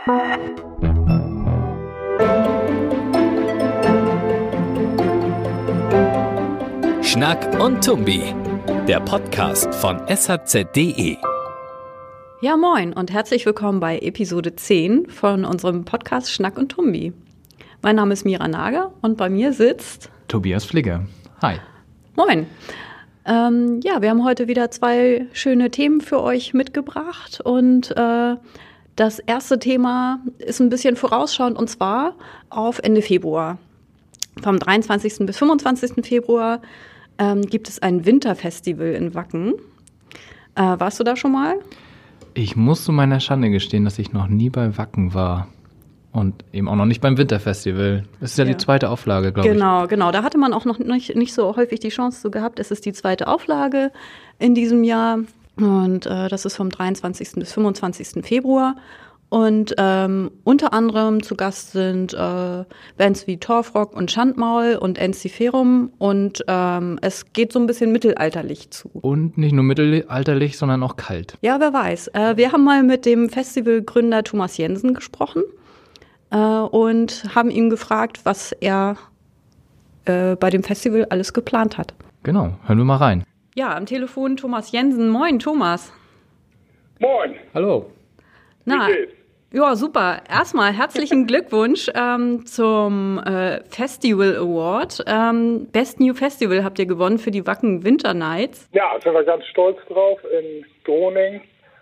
Schnack und Tumbi, der Podcast von shz.de. Ja, moin und herzlich willkommen bei Episode 10 von unserem Podcast Schnack und Tumbi. Mein Name ist Mira Nager und bei mir sitzt Tobias Fligge. Hi. Moin. Wir haben heute wieder 2 schöne Themen für euch mitgebracht und das erste Thema ist ein bisschen vorausschauend und zwar auf Ende Februar. Vom 23. bis 25. Februar gibt es ein Winterfestival in Wacken. Warst du da schon mal? Ich muss zu meiner Schande gestehen, dass ich noch nie bei Wacken war. Und eben auch noch nicht beim Winterfestival. Das ist ja die zweite Auflage, glaube ich. Genau. Da hatte man auch noch nicht so häufig die Chance zu gehabt. Es ist die zweite Auflage in diesem Jahr. Und das ist vom 23. bis 25. Februar. Und unter anderem zu Gast sind Bands wie Torfrock und Schandmaul und Enziferum. Und es geht so ein bisschen mittelalterlich zu. Und nicht nur mittelalterlich, sondern auch kalt. Ja, wer weiß. Wir haben mal mit dem Festivalgründer Thomas Jensen gesprochen und haben ihn gefragt, was er bei dem Festival alles geplant hat. Genau, hören wir mal rein. Ja, am Telefon Thomas Jensen. Moin, Thomas. Moin. Hallo. Na, ja, super. Erstmal herzlichen Glückwunsch zum Festival Award. Best New Festival habt ihr gewonnen für die Wacken Winter Nights. Ja, sind wir ganz stolz drauf in Groningen.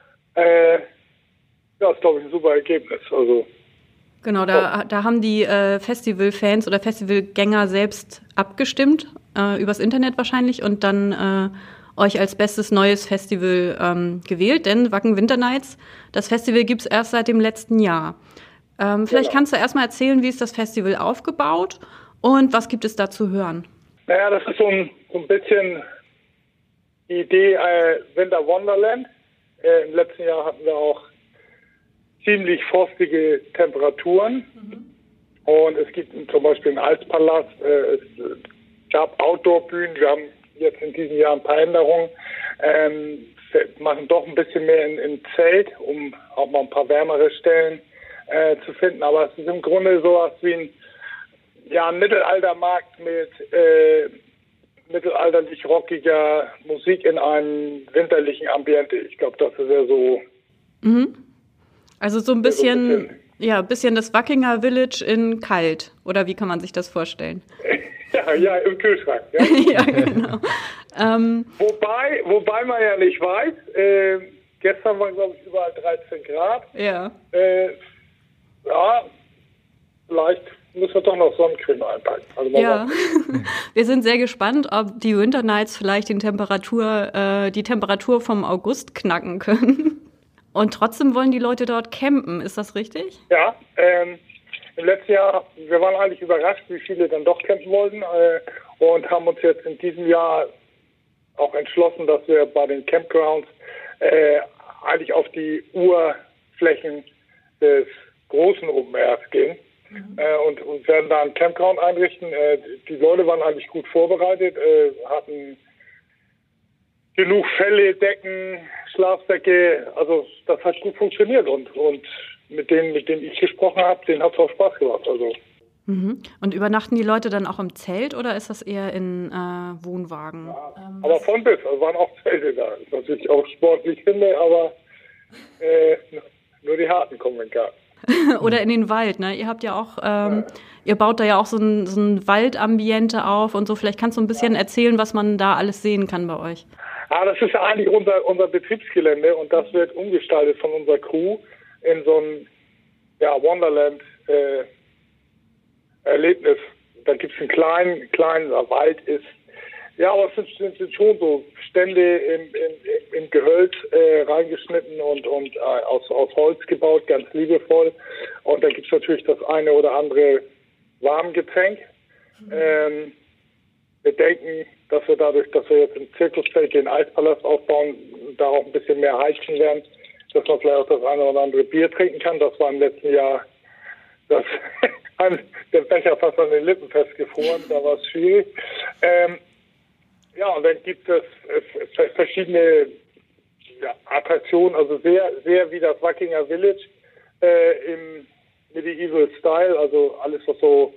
Ist, glaube ich, ein super Ergebnis. Also, genau, da haben die Festivalfans oder Festivalgänger selbst abgestimmt, übers Internet wahrscheinlich, und dann euch als bestes neues Festival gewählt, denn Wacken Winter Nights, das Festival gibt's erst seit dem letzten Jahr. Vielleicht kannst du erstmal erzählen, wie ist das Festival aufgebaut und was gibt es da zu hören? Naja, das ist so ein bisschen die Idee Winter Wonderland. Im letzten Jahr hatten wir auch ziemlich frostige Temperaturen. Und es gibt zum Beispiel einen Alspalast, es gab Outdoor-Bühnen, wir haben jetzt in diesem Jahr ein paar Änderungen, machen doch ein bisschen mehr in Zelt, um auch mal ein paar wärmere Stellen zu finden. Aber es ist im Grunde sowas wie ein Mittelaltermarkt mit mittelalterlich rockiger Musik in einem winterlichen Ambiente. Ich glaube, das ist ja so. Also so ein bisschen, bisschen das Wackinger Village in kalt. Oder wie kann man sich das vorstellen? Ja, im Kühlschrank. Ja, ja, genau. Wobei man ja nicht weiß, gestern waren, glaube ich, überall 13 Grad. Ja. Vielleicht müssen wir doch noch Sonnencreme einpacken. Also wir sind sehr gespannt, ob die Winter Nights vielleicht die Temperatur vom August knacken können. Und trotzdem wollen die Leute dort campen, ist das richtig? Ja, im letzten Jahr, wir waren eigentlich überrascht, wie viele dann doch campen wollten und haben uns jetzt in diesem Jahr auch entschlossen, dass wir bei den Campgrounds eigentlich auf die Urflächen des großen Open Airs gehen und werden da einen Campground einrichten. Die Leute waren eigentlich gut vorbereitet, hatten genug Felle, Decken, Schlafsäcke, also das hat gut funktioniert und mit denen ich gesprochen habe, denen hat es auch Spaß gemacht. Also. Und übernachten die Leute dann auch im Zelt oder ist das eher in Wohnwagen? Ja, aber von bis, also waren auch Zelte da. Was ich auch sportlich finde, aber nur die Harten kommen in den Garten. Oder in den Wald, ne? Ihr habt ja auch, ihr baut da ja auch so ein Waldambiente auf und so. Vielleicht kannst du ein bisschen erzählen, was man da alles sehen kann bei euch. Das ist eigentlich unser Betriebsgelände und das wird umgestaltet von unserer Crew in so ein Wonderland-Erlebnis. Da gibt es einen kleinen Wald ist. Ja, aber es sind schon so Stände im Gehölz reingeschnitten und aus Holz gebaut, ganz liebevoll. Und da gibt es natürlich das eine oder andere Warmgetränk. Wir denken, dass wir dadurch, dass wir jetzt im Zirkuszelt den Eispalast aufbauen, da auch ein bisschen mehr heizen werden, dass man vielleicht auch das eine oder andere Bier trinken kann. Das war im letzten Jahr der Becher fast an den Lippen festgefroren, da war es schwierig. Und dann gibt es verschiedene Attraktionen, also sehr, sehr wie das Wackinger Village im Medieval Style, also alles, was so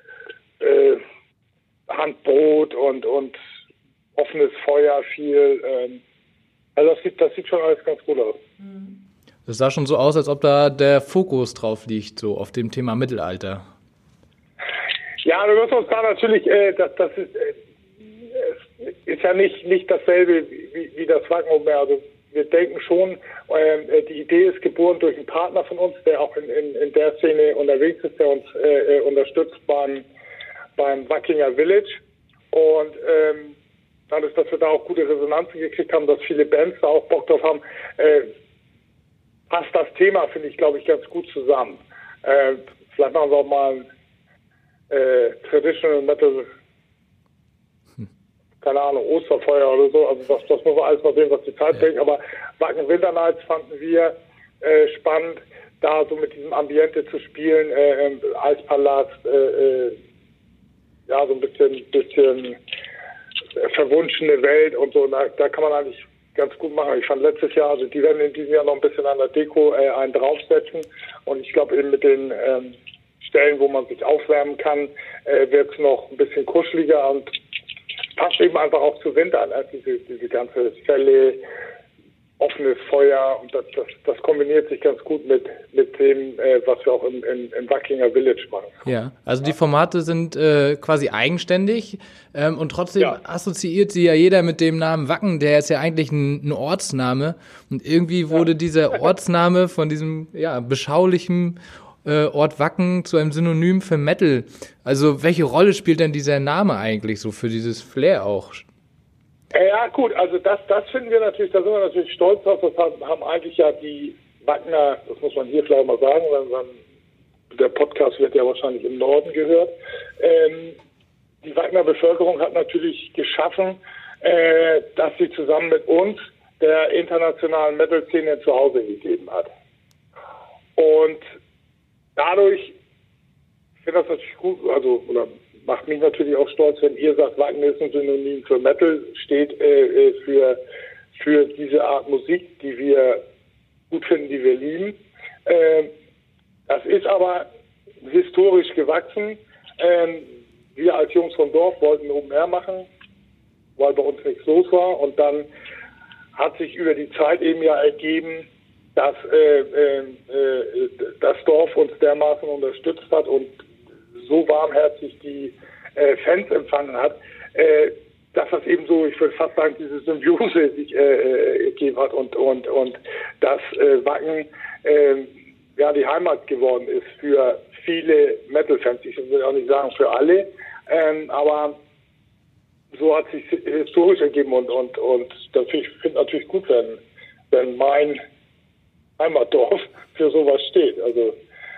Handbrot und offenes Feuer viel. Also das sieht schon alles ganz gut aus. Das sah schon so aus, als ob da der Fokus drauf liegt, so auf dem Thema Mittelalter. Ja, wir müssen uns da natürlich, das ist ja nicht dasselbe wie das Wacken mehr. Also wir denken schon, die Idee ist geboren durch einen Partner von uns, der auch in der Szene unterwegs ist, der uns unterstützt beim Wackinger Village. Und dadurch, dass wir da auch gute Resonanzen gekriegt haben, dass viele Bands da auch Bock drauf haben, passt das Thema, finde ich, glaube ich, ganz gut zusammen. Vielleicht machen wir auch mal ein Traditional Metal, keine Ahnung, Osterfeuer oder so. Also das muss man alles mal sehen, was die Zeit bringt. Aber Wacken Winter Nights fanden wir spannend, da so mit diesem Ambiente zu spielen, Eispalast, ja, so ein bisschen verwunschene Welt und so. Da kann man eigentlich ganz gut machen. Ich fand letztes Jahr, also die werden in diesem Jahr noch ein bisschen an der Deko einen draufsetzen. Und ich glaube eben mit den Stellen, wo man sich aufwärmen kann, wird es noch ein bisschen kuscheliger und passt eben einfach auch zu Winter an. Diese ganze Fälle, offenes Feuer und das kombiniert sich ganz gut mit dem, was wir auch im Wackinger Village machen. Ja, also die Formate sind quasi eigenständig und trotzdem assoziiert sie ja jeder mit dem Namen Wacken, der ist ja eigentlich ein Ortsname und irgendwie wurde dieser Ortsname von diesem beschaulichen Ort Wacken zu einem Synonym für Metal. Also welche Rolle spielt denn dieser Name eigentlich so für dieses Flair auch? Ja gut, also das finden wir natürlich, da sind wir natürlich stolz drauf, das haben eigentlich ja die Wagner, das muss man hier vielleicht mal sagen, der Podcast wird ja wahrscheinlich im Norden gehört, die Wagner Bevölkerung hat natürlich geschaffen, dass sie zusammen mit uns der internationalen Metal-Szene zu Hause gegeben hat. Und dadurch, ich finde das natürlich gut, oder macht mich natürlich auch stolz, wenn ihr sagt, Wagner ist ein Synonym für Metal, steht für diese Art Musik, die wir gut finden, die wir lieben. Das ist aber historisch gewachsen. Wir als Jungs vom Dorf wollten Open Air machen, weil bei uns nichts los war. Und dann hat sich über die Zeit eben ja ergeben, dass das Dorf uns dermaßen unterstützt hat und so warmherzig die Fans empfangen hat, dass das eben so, ich würde fast sagen, diese Symbiose sich gegeben hat und dass Wacken die Heimat geworden ist für viele Metal-Fans. Ich will auch nicht sagen für alle, aber so hat sich historisch ergeben und das finde ich natürlich gut, wenn mein Heimatdorf für sowas steht. Also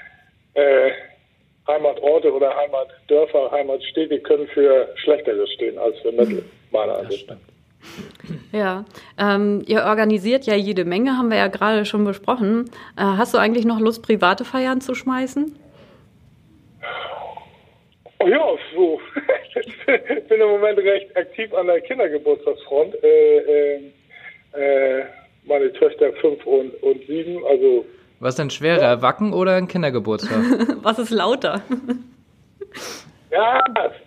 Heimatorte oder Heimatdörfer, Heimatstädte können für Schlechteres stehen als für Metal, meiner Ansicht nach. Ja, ihr organisiert ja jede Menge, haben wir ja gerade schon besprochen. Hast du eigentlich noch Lust, private Feiern zu schmeißen? Oh ja, so. Ich bin im Moment recht aktiv an der Kindergeburtstagsfront. Meine Töchter 5 und 7, also. Was ist denn schwerer, Wacken oder ein Kindergeburtstag? Was ist lauter? Ja,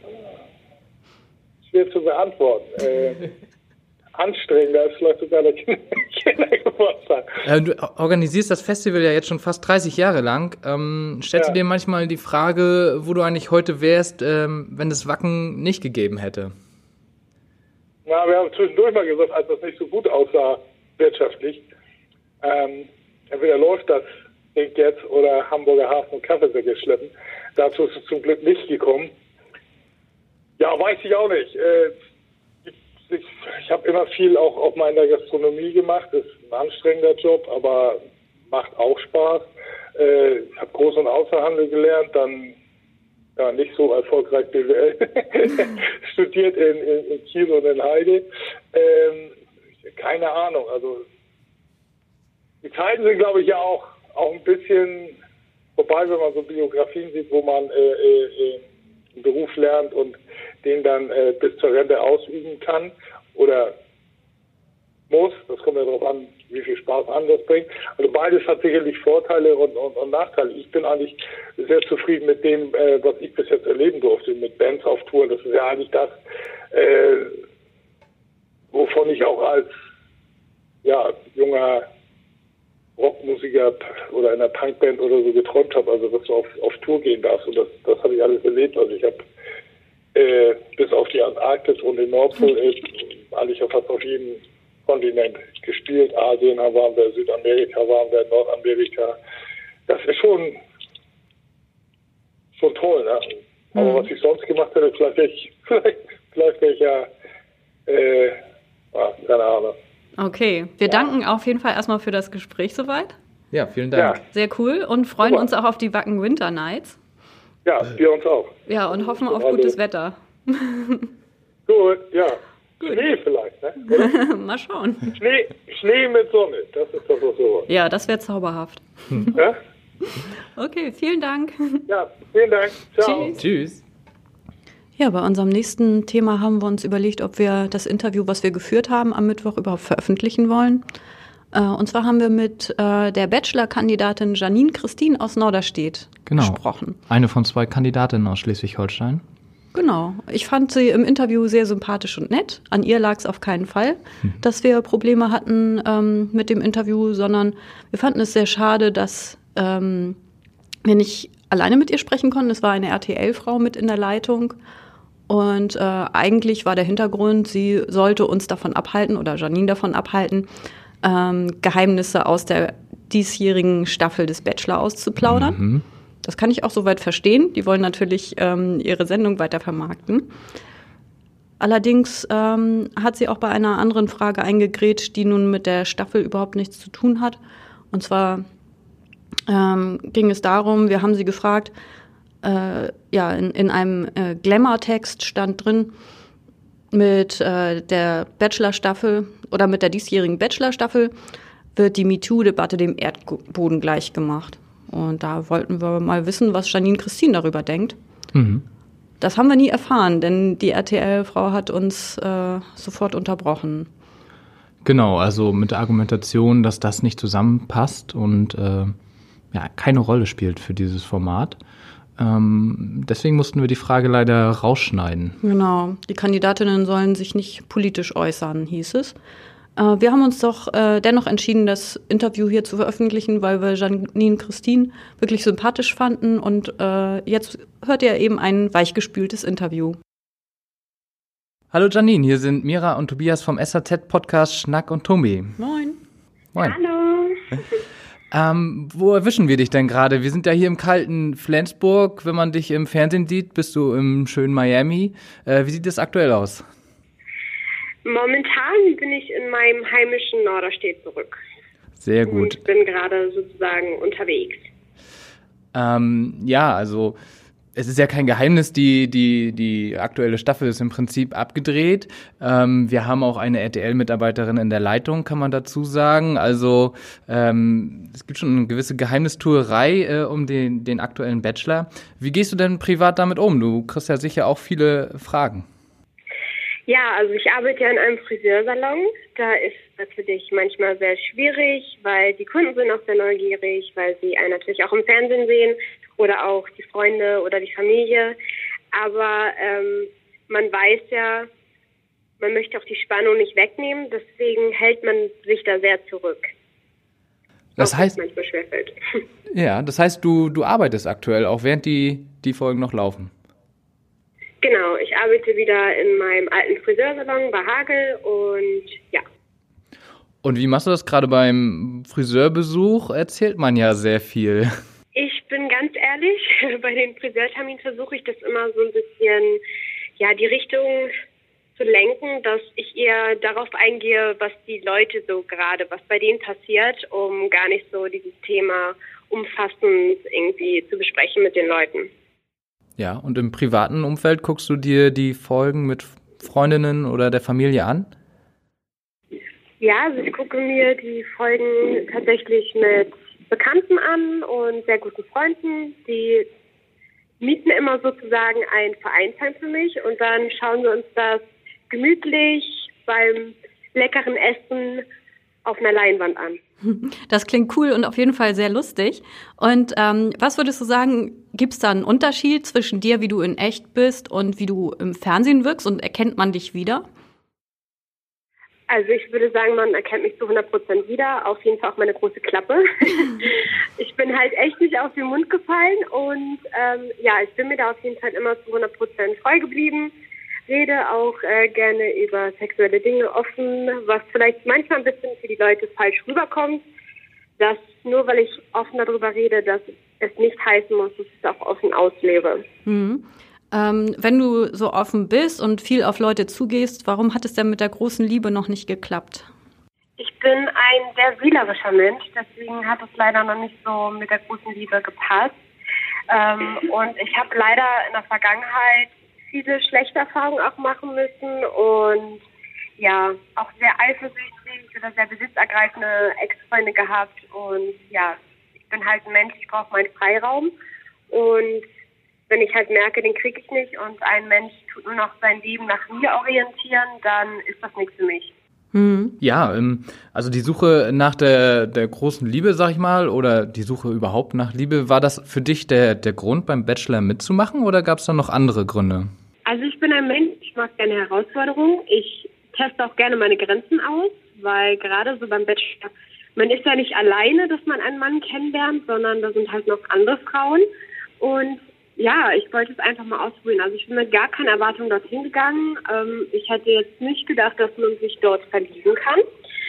schwer zu beantworten. Anstrengender ist vielleicht sogar der Kindergeburtstag. Du organisierst das Festival ja jetzt schon fast 30 Jahre lang. Stellst du dir manchmal die Frage, wo du eigentlich heute wärst, wenn es Wacken nicht gegeben hätte? Na, wir haben zwischendurch mal gesagt, als das nicht so gut aussah wirtschaftlich, entweder läuft das Ding jetzt oder Hamburger Hafen und Kaffeesäcke schleppen. Dazu ist es zum Glück nicht gekommen. Ja, weiß ich auch nicht. Ich habe immer viel auch mal in der Gastronomie gemacht. Ist ein anstrengender Job, aber macht auch Spaß. Ich habe Groß- und Außenhandel gelernt, dann nicht so erfolgreich BWL studiert in Kiel und in Heide. Keine Ahnung, also die Zeiten sind, glaube ich, ja auch ein bisschen vorbei, wenn man so Biografien sieht, wo man einen Beruf lernt und den dann bis zur Rente ausüben kann oder muss. Das kommt ja darauf an, wie viel Spaß anders bringt. Also beides hat sicherlich Vorteile und Nachteile. Ich bin eigentlich sehr zufrieden mit dem, was ich bis jetzt erleben durfte, mit Bands auf Tour. Das ist ja eigentlich das, wovon ich auch als junger Rockmusiker oder in einer Punkband oder so geträumt habe, also dass du auf Tour gehen darfst. Und das habe ich alles erlebt. Also ich habe bis auf die Antarktis und den Nordpol eigentlich fast auf jedem Kontinent gespielt. Asien waren wir, Südamerika waren wir, Nordamerika. Das ist schon toll, ne? Aber was ich sonst gemacht hätte, vielleicht wäre ich ja, keine Ahnung. Okay, wir danken auf jeden Fall erstmal für das Gespräch soweit. Ja, vielen Dank. Ja. Sehr cool und freuen uns auch auf die Wacken Winter Nights. Ja, wir uns auch. Ja, und hoffen auf gutes Wetter. Gut, ja. Gut. Schnee vielleicht, ne? Oder? Mal schauen. Schnee mit Sonne, das ist doch so. Ja, das wäre zauberhaft. Ja? Okay, vielen Dank. Ja, vielen Dank. Ciao. Tschüss. Ja, bei unserem nächsten Thema haben wir uns überlegt, ob wir das Interview, was wir geführt haben, am Mittwoch überhaupt veröffentlichen wollen. Und zwar haben wir mit der Bachelor-Kandidatin Janine Christine aus Norderstedt gesprochen. Eine von 2 Kandidatinnen aus Schleswig-Holstein. Genau. Ich fand sie im Interview sehr sympathisch und nett. An ihr lag es auf keinen Fall, dass wir Probleme hatten mit dem Interview, sondern wir fanden es sehr schade, dass wir nicht alleine mit ihr sprechen konnten. Es war eine RTL-Frau mit in der Leitung. Und eigentlich war der Hintergrund, sie sollte uns davon abhalten oder Janine davon abhalten, Geheimnisse aus der diesjährigen Staffel des Bachelor auszuplaudern. Mhm. Das kann ich auch soweit verstehen. Die wollen natürlich ihre Sendung weiter vermarkten. Allerdings hat sie auch bei einer anderen Frage eingegrätscht, die nun mit der Staffel überhaupt nichts zu tun hat. Und zwar ging es darum, wir haben sie gefragt, in einem Glamour-Text stand drin, mit der Bachelor-Staffel oder mit der diesjährigen Bachelor-Staffel wird die MeToo-Debatte dem Erdboden gleichgemacht. Und da wollten wir mal wissen, was Janine Christine darüber denkt. Mhm. Das haben wir nie erfahren, denn die RTL-Frau hat uns sofort unterbrochen. Genau, also mit der Argumentation, dass das nicht zusammenpasst und keine Rolle spielt für dieses Format. Deswegen mussten wir die Frage leider rausschneiden. Genau, die Kandidatinnen sollen sich nicht politisch äußern, hieß es. Wir haben uns doch dennoch entschieden, das Interview hier zu veröffentlichen, weil wir Janine Christine wirklich sympathisch fanden. Und jetzt hört ihr eben ein weichgespültes Interview. Hallo Janine, hier sind Mira und Tobias vom SAZ-Podcast Schnack und Tombi. Moin. Moin. Hallo. Wo erwischen wir dich denn gerade? Wir sind ja hier im kalten Flensburg. Wenn man dich im Fernsehen sieht, bist du im schönen Miami. Wie sieht es aktuell aus? Momentan bin ich in meinem heimischen Norderstedt zurück. Sehr gut. Und bin gerade sozusagen unterwegs. Also es ist ja kein Geheimnis, die aktuelle Staffel ist im Prinzip abgedreht. Wir haben auch eine RTL-Mitarbeiterin in der Leitung, kann man dazu sagen. Also es gibt schon eine gewisse Geheimnistuerei um den aktuellen Bachelor. Wie gehst du denn privat damit um? Du kriegst ja sicher auch viele Fragen. Ja, also ich arbeite ja in einem Friseursalon. Da ist natürlich manchmal sehr schwierig, weil die Kunden sind auch sehr neugierig, weil sie einen natürlich auch im Fernsehen sehen oder auch die Freunde oder die Familie. Aber man weiß ja, man möchte auch die Spannung nicht wegnehmen, deswegen hält man sich da sehr zurück. Das heißt, manchmal schwerfällt. Ja, das heißt, du arbeitest aktuell, auch während die Folgen noch laufen. Genau, ich arbeite wieder in meinem alten Friseursalon bei Hagel und ja. Und wie machst du das gerade beim Friseurbesuch? Erzählt man ja sehr viel. Ich bin ganz ehrlich, bei den Friseurterminen versuche ich das immer so ein bisschen, die Richtung zu lenken, dass ich eher darauf eingehe, was die Leute so gerade, was bei denen passiert, um gar nicht so dieses Thema umfassend irgendwie zu besprechen mit den Leuten. Ja, und im privaten Umfeld guckst du dir die Folgen mit Freundinnen oder der Familie an? Ja, also ich gucke mir die Folgen tatsächlich mit Bekannten an und sehr guten Freunden. Die mieten immer sozusagen ein Vereinsheim für mich und dann schauen wir uns das gemütlich beim leckeren Essen auf einer Leinwand an. Das klingt cool und auf jeden Fall sehr lustig. Und was würdest du sagen, gibt es da einen Unterschied zwischen dir, wie du in echt bist und wie du im Fernsehen wirkst und erkennt man dich wieder? Also ich würde sagen, man erkennt mich zu 100% wieder. Auf jeden Fall auch meine große Klappe. Ich bin halt echt nicht auf den Mund gefallen und ich bin mir da auf jeden Fall immer zu 100% treu geblieben. Rede auch gerne über sexuelle Dinge offen, was vielleicht manchmal ein bisschen für die Leute falsch rüberkommt. Dass nur weil ich offen darüber rede, dass es nicht heißen muss, dass ich es auch offen auslebe. Mhm. Wenn du so offen bist und viel auf Leute zugehst, warum hat es denn mit der großen Liebe noch nicht geklappt? Ich bin ein sehr wählerischer Mensch, deswegen hat es leider noch nicht so mit der großen Liebe gepasst. Und ich habe leider in der Vergangenheit viele schlechte Erfahrungen auch machen müssen und ja, auch sehr eifersüchtig oder sehr besitzergreifende Ex-Freunde gehabt. Und ja, ich bin halt ein Mensch, ich brauche meinen Freiraum. Und wenn ich halt merke, den kriege ich nicht und ein Mensch tut nur noch sein Leben nach mir orientieren, dann ist das nichts für mich. Ja, also die Suche nach der großen Liebe, sag ich mal, oder die Suche überhaupt nach Liebe, war das für dich der Grund, beim Bachelor mitzumachen oder gab es da noch andere Gründe? Also ich bin ein Mensch, ich mag gerne Herausforderungen. Ich teste auch gerne meine Grenzen aus, weil gerade so beim Bachelor, man ist ja nicht alleine, dass man einen Mann kennenlernt, sondern da sind halt noch andere Frauen. Und ja, ich wollte es einfach mal ausprobieren. Also ich bin mit gar keiner Erwartung dorthin gegangen. Ich hatte jetzt nicht gedacht, dass man sich dort verlieben kann.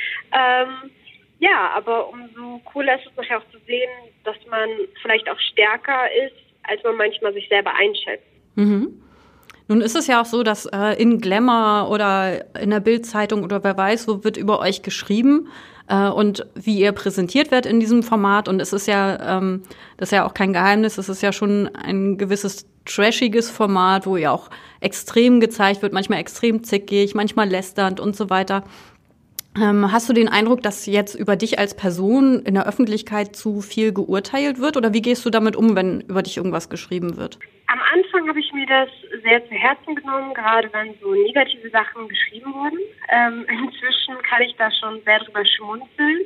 Aber umso cooler ist es nachher auch zu sehen, dass man vielleicht auch stärker ist, als man manchmal sich selber einschätzt. Mhm. Nun ist es ja auch so, dass in Glamour oder in der Bild-Zeitung oder wer weiß, wo wird über euch geschrieben und wie ihr präsentiert werdet in diesem Format. Und es ist ja, das ist ja auch kein Geheimnis, es ist ja schon ein gewisses trashiges Format, wo ja auch extrem gezeigt wird, manchmal extrem zickig, manchmal lästernd und so weiter. Hast du den Eindruck, dass jetzt über dich als Person in der Öffentlichkeit zu viel geurteilt wird? Oder wie gehst du damit um, wenn über dich irgendwas geschrieben wird? Am Anfang habe ich mir das sehr zu Herzen genommen, gerade wenn so negative Sachen geschrieben wurden. Inzwischen kann ich da schon sehr drüber schmunzeln.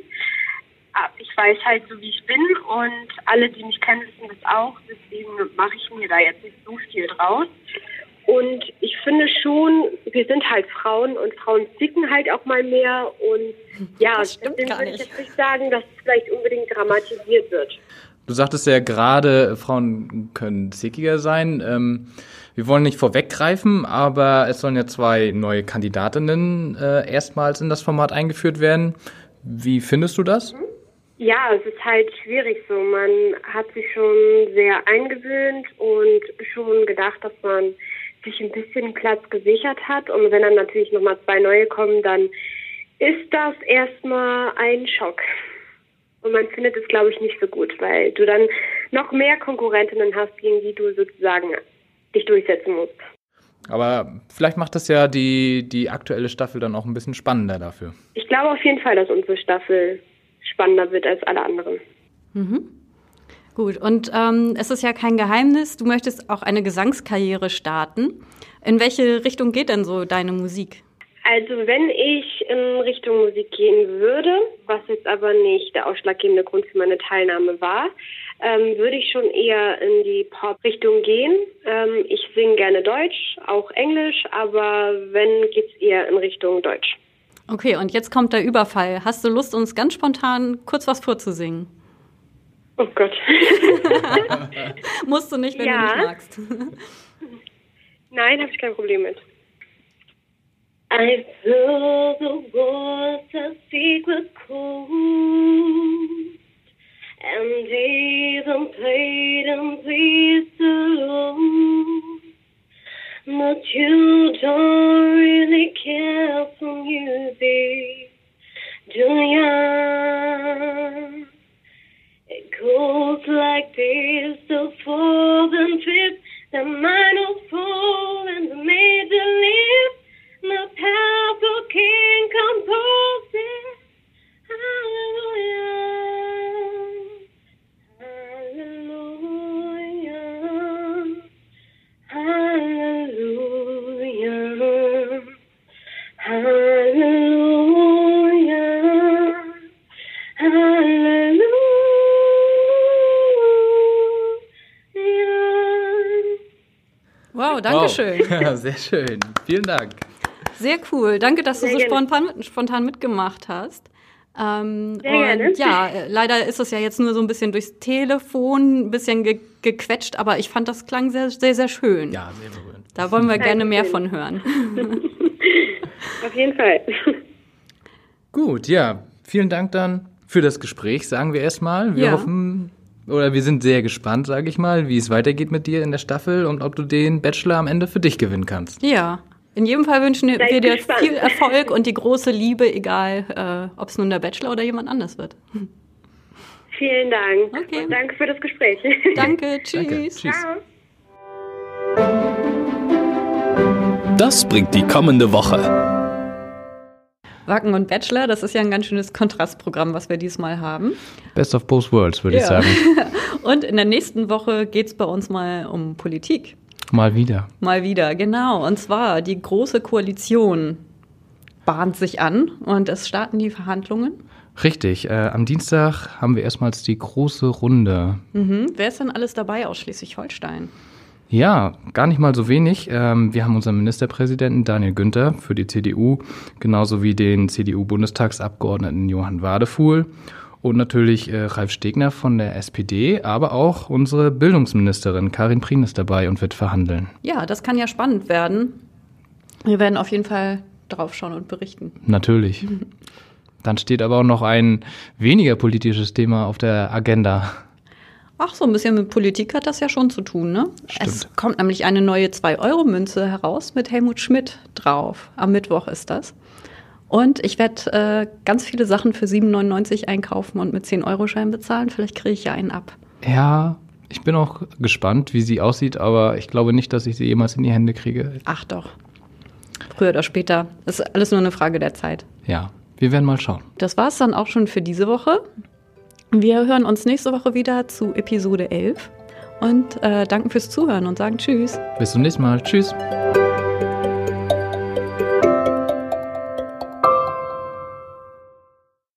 Ich weiß halt so, wie ich bin und alle, die mich kennen, wissen das auch. Deswegen mache ich mir da jetzt nicht so viel draus. Und ich finde schon, wir sind halt Frauen und Frauen zicken halt auch mal mehr. Und ja, deswegen würde ich jetzt nicht sagen, dass es vielleicht unbedingt dramatisiert wird. Du sagtest ja gerade, Frauen können zickiger sein. Wir wollen nicht vorweggreifen, aber es sollen ja 2 neue Kandidatinnen erstmals in das Format eingeführt werden. Wie findest du das? Ja, es ist halt schwierig so. Man hat sich schon sehr eingewöhnt und schon gedacht, dass man sich ein bisschen Platz gesichert hat. Und wenn dann natürlich nochmal 2 neue kommen, dann ist das erstmal ein Schock. Und man findet es, glaube ich, nicht so gut, weil du dann noch mehr Konkurrentinnen hast, gegen die du sozusagen dich durchsetzen musst. Aber vielleicht macht das ja die aktuelle Staffel dann auch ein bisschen spannender dafür. Ich glaube auf jeden Fall, dass unsere Staffel spannender wird als alle anderen. Mhm. Gut, und es ist ja kein Geheimnis, du möchtest auch eine Gesangskarriere starten. In welche Richtung geht denn so deine Musik? Also wenn ich in Richtung Musik gehen würde, was jetzt aber nicht der ausschlaggebende Grund für meine Teilnahme war, würde ich schon eher in die Pop-Richtung gehen. Ich singe gerne Deutsch, auch Englisch, aber wenn, geht's eher in Richtung Deutsch. Okay, und jetzt kommt der Überfall. Hast du Lust, uns ganz spontan kurz was vorzusingen? Oh Gott. Musst du nicht, wenn du nicht magst. Nein, habe ich kein Problem mit. I feel the water secret cold, and even played and pleased alone. But you don't really care for music, do ya? It goes like this, the fourth and fifth, the minor fall and the major lift. The powerful King composing, hallelujah, hallelujah, hallelujah. Wow, danke schön. Ja, sehr schön. Vielen Dank. Sehr cool. Danke, dass du Sehr so gerne. spontan mitgemacht hast. Sehr gerne. Ja, leider ist es ja jetzt nur so ein bisschen durchs Telefon, ein bisschen gequetscht, aber ich fand, das klang sehr, sehr, sehr schön. Ja, sehr berührend. Da wollen wir gerne mehr Dankeschön. von hören. Auf jeden Fall. Gut, ja. Vielen Dank dann für das Gespräch, sagen wir erstmal. Wir Ja. hoffen, oder wir sind sehr gespannt, sage ich mal, wie es weitergeht mit dir in der Staffel und ob du den Bachelor am Ende für dich gewinnen kannst. Ja, in jedem Fall wünschen wir Seid dir gespannt. viel Erfolg und die große Liebe, egal ob es nun der Bachelor oder jemand anders wird. Vielen Dank. Okay. Und danke für das Gespräch. Danke, tschüss. Danke, tschüss. Ciao. Das bringt die kommende Woche. Wacken und Bachelor, das ist ja ein ganz schönes Kontrastprogramm, was wir diesmal haben. Best of both worlds, würde ich Ja. sagen. Und in der nächsten Woche geht es bei uns mal um Politik. Mal wieder. Mal wieder, genau. Und zwar die Große Koalition bahnt sich an und es starten die Verhandlungen. Richtig. Am Dienstag haben wir erstmals die große Runde. Wer ist denn alles dabei aus Schleswig-Holstein? Ja, gar nicht mal so wenig. Wir haben unseren Ministerpräsidenten Daniel Günther für die CDU, genauso wie den CDU-Bundestagsabgeordneten Johann Wadefuhl und natürlich Ralf Stegner von der SPD, aber auch unsere Bildungsministerin Karin Prien ist dabei und wird verhandeln. Ja, das kann ja spannend werden. Wir werden auf jeden Fall drauf schauen und berichten. Natürlich. Dann steht aber auch noch ein weniger politisches Thema auf der Agenda. Ach, so ein bisschen mit Politik hat das ja schon zu tun, ne? Stimmt. Es kommt nämlich eine neue 2-Euro-Münze heraus mit Helmut Schmidt drauf. Am Mittwoch ist das. Und ich werde ganz viele Sachen für 7,99 einkaufen und mit 10-Euro-Schein bezahlen. Vielleicht kriege ich ja einen ab. Ja, ich bin auch gespannt, wie sie aussieht, aber ich glaube nicht, dass ich sie jemals in die Hände kriege. Ach doch. Früher oder später. Das ist alles nur eine Frage der Zeit. Ja, wir werden mal schauen. Das war es dann auch schon für diese Woche. Wir hören uns nächste Woche wieder zu Episode 11 und danken fürs Zuhören und sagen Tschüss. Bis zum nächsten Mal. Tschüss.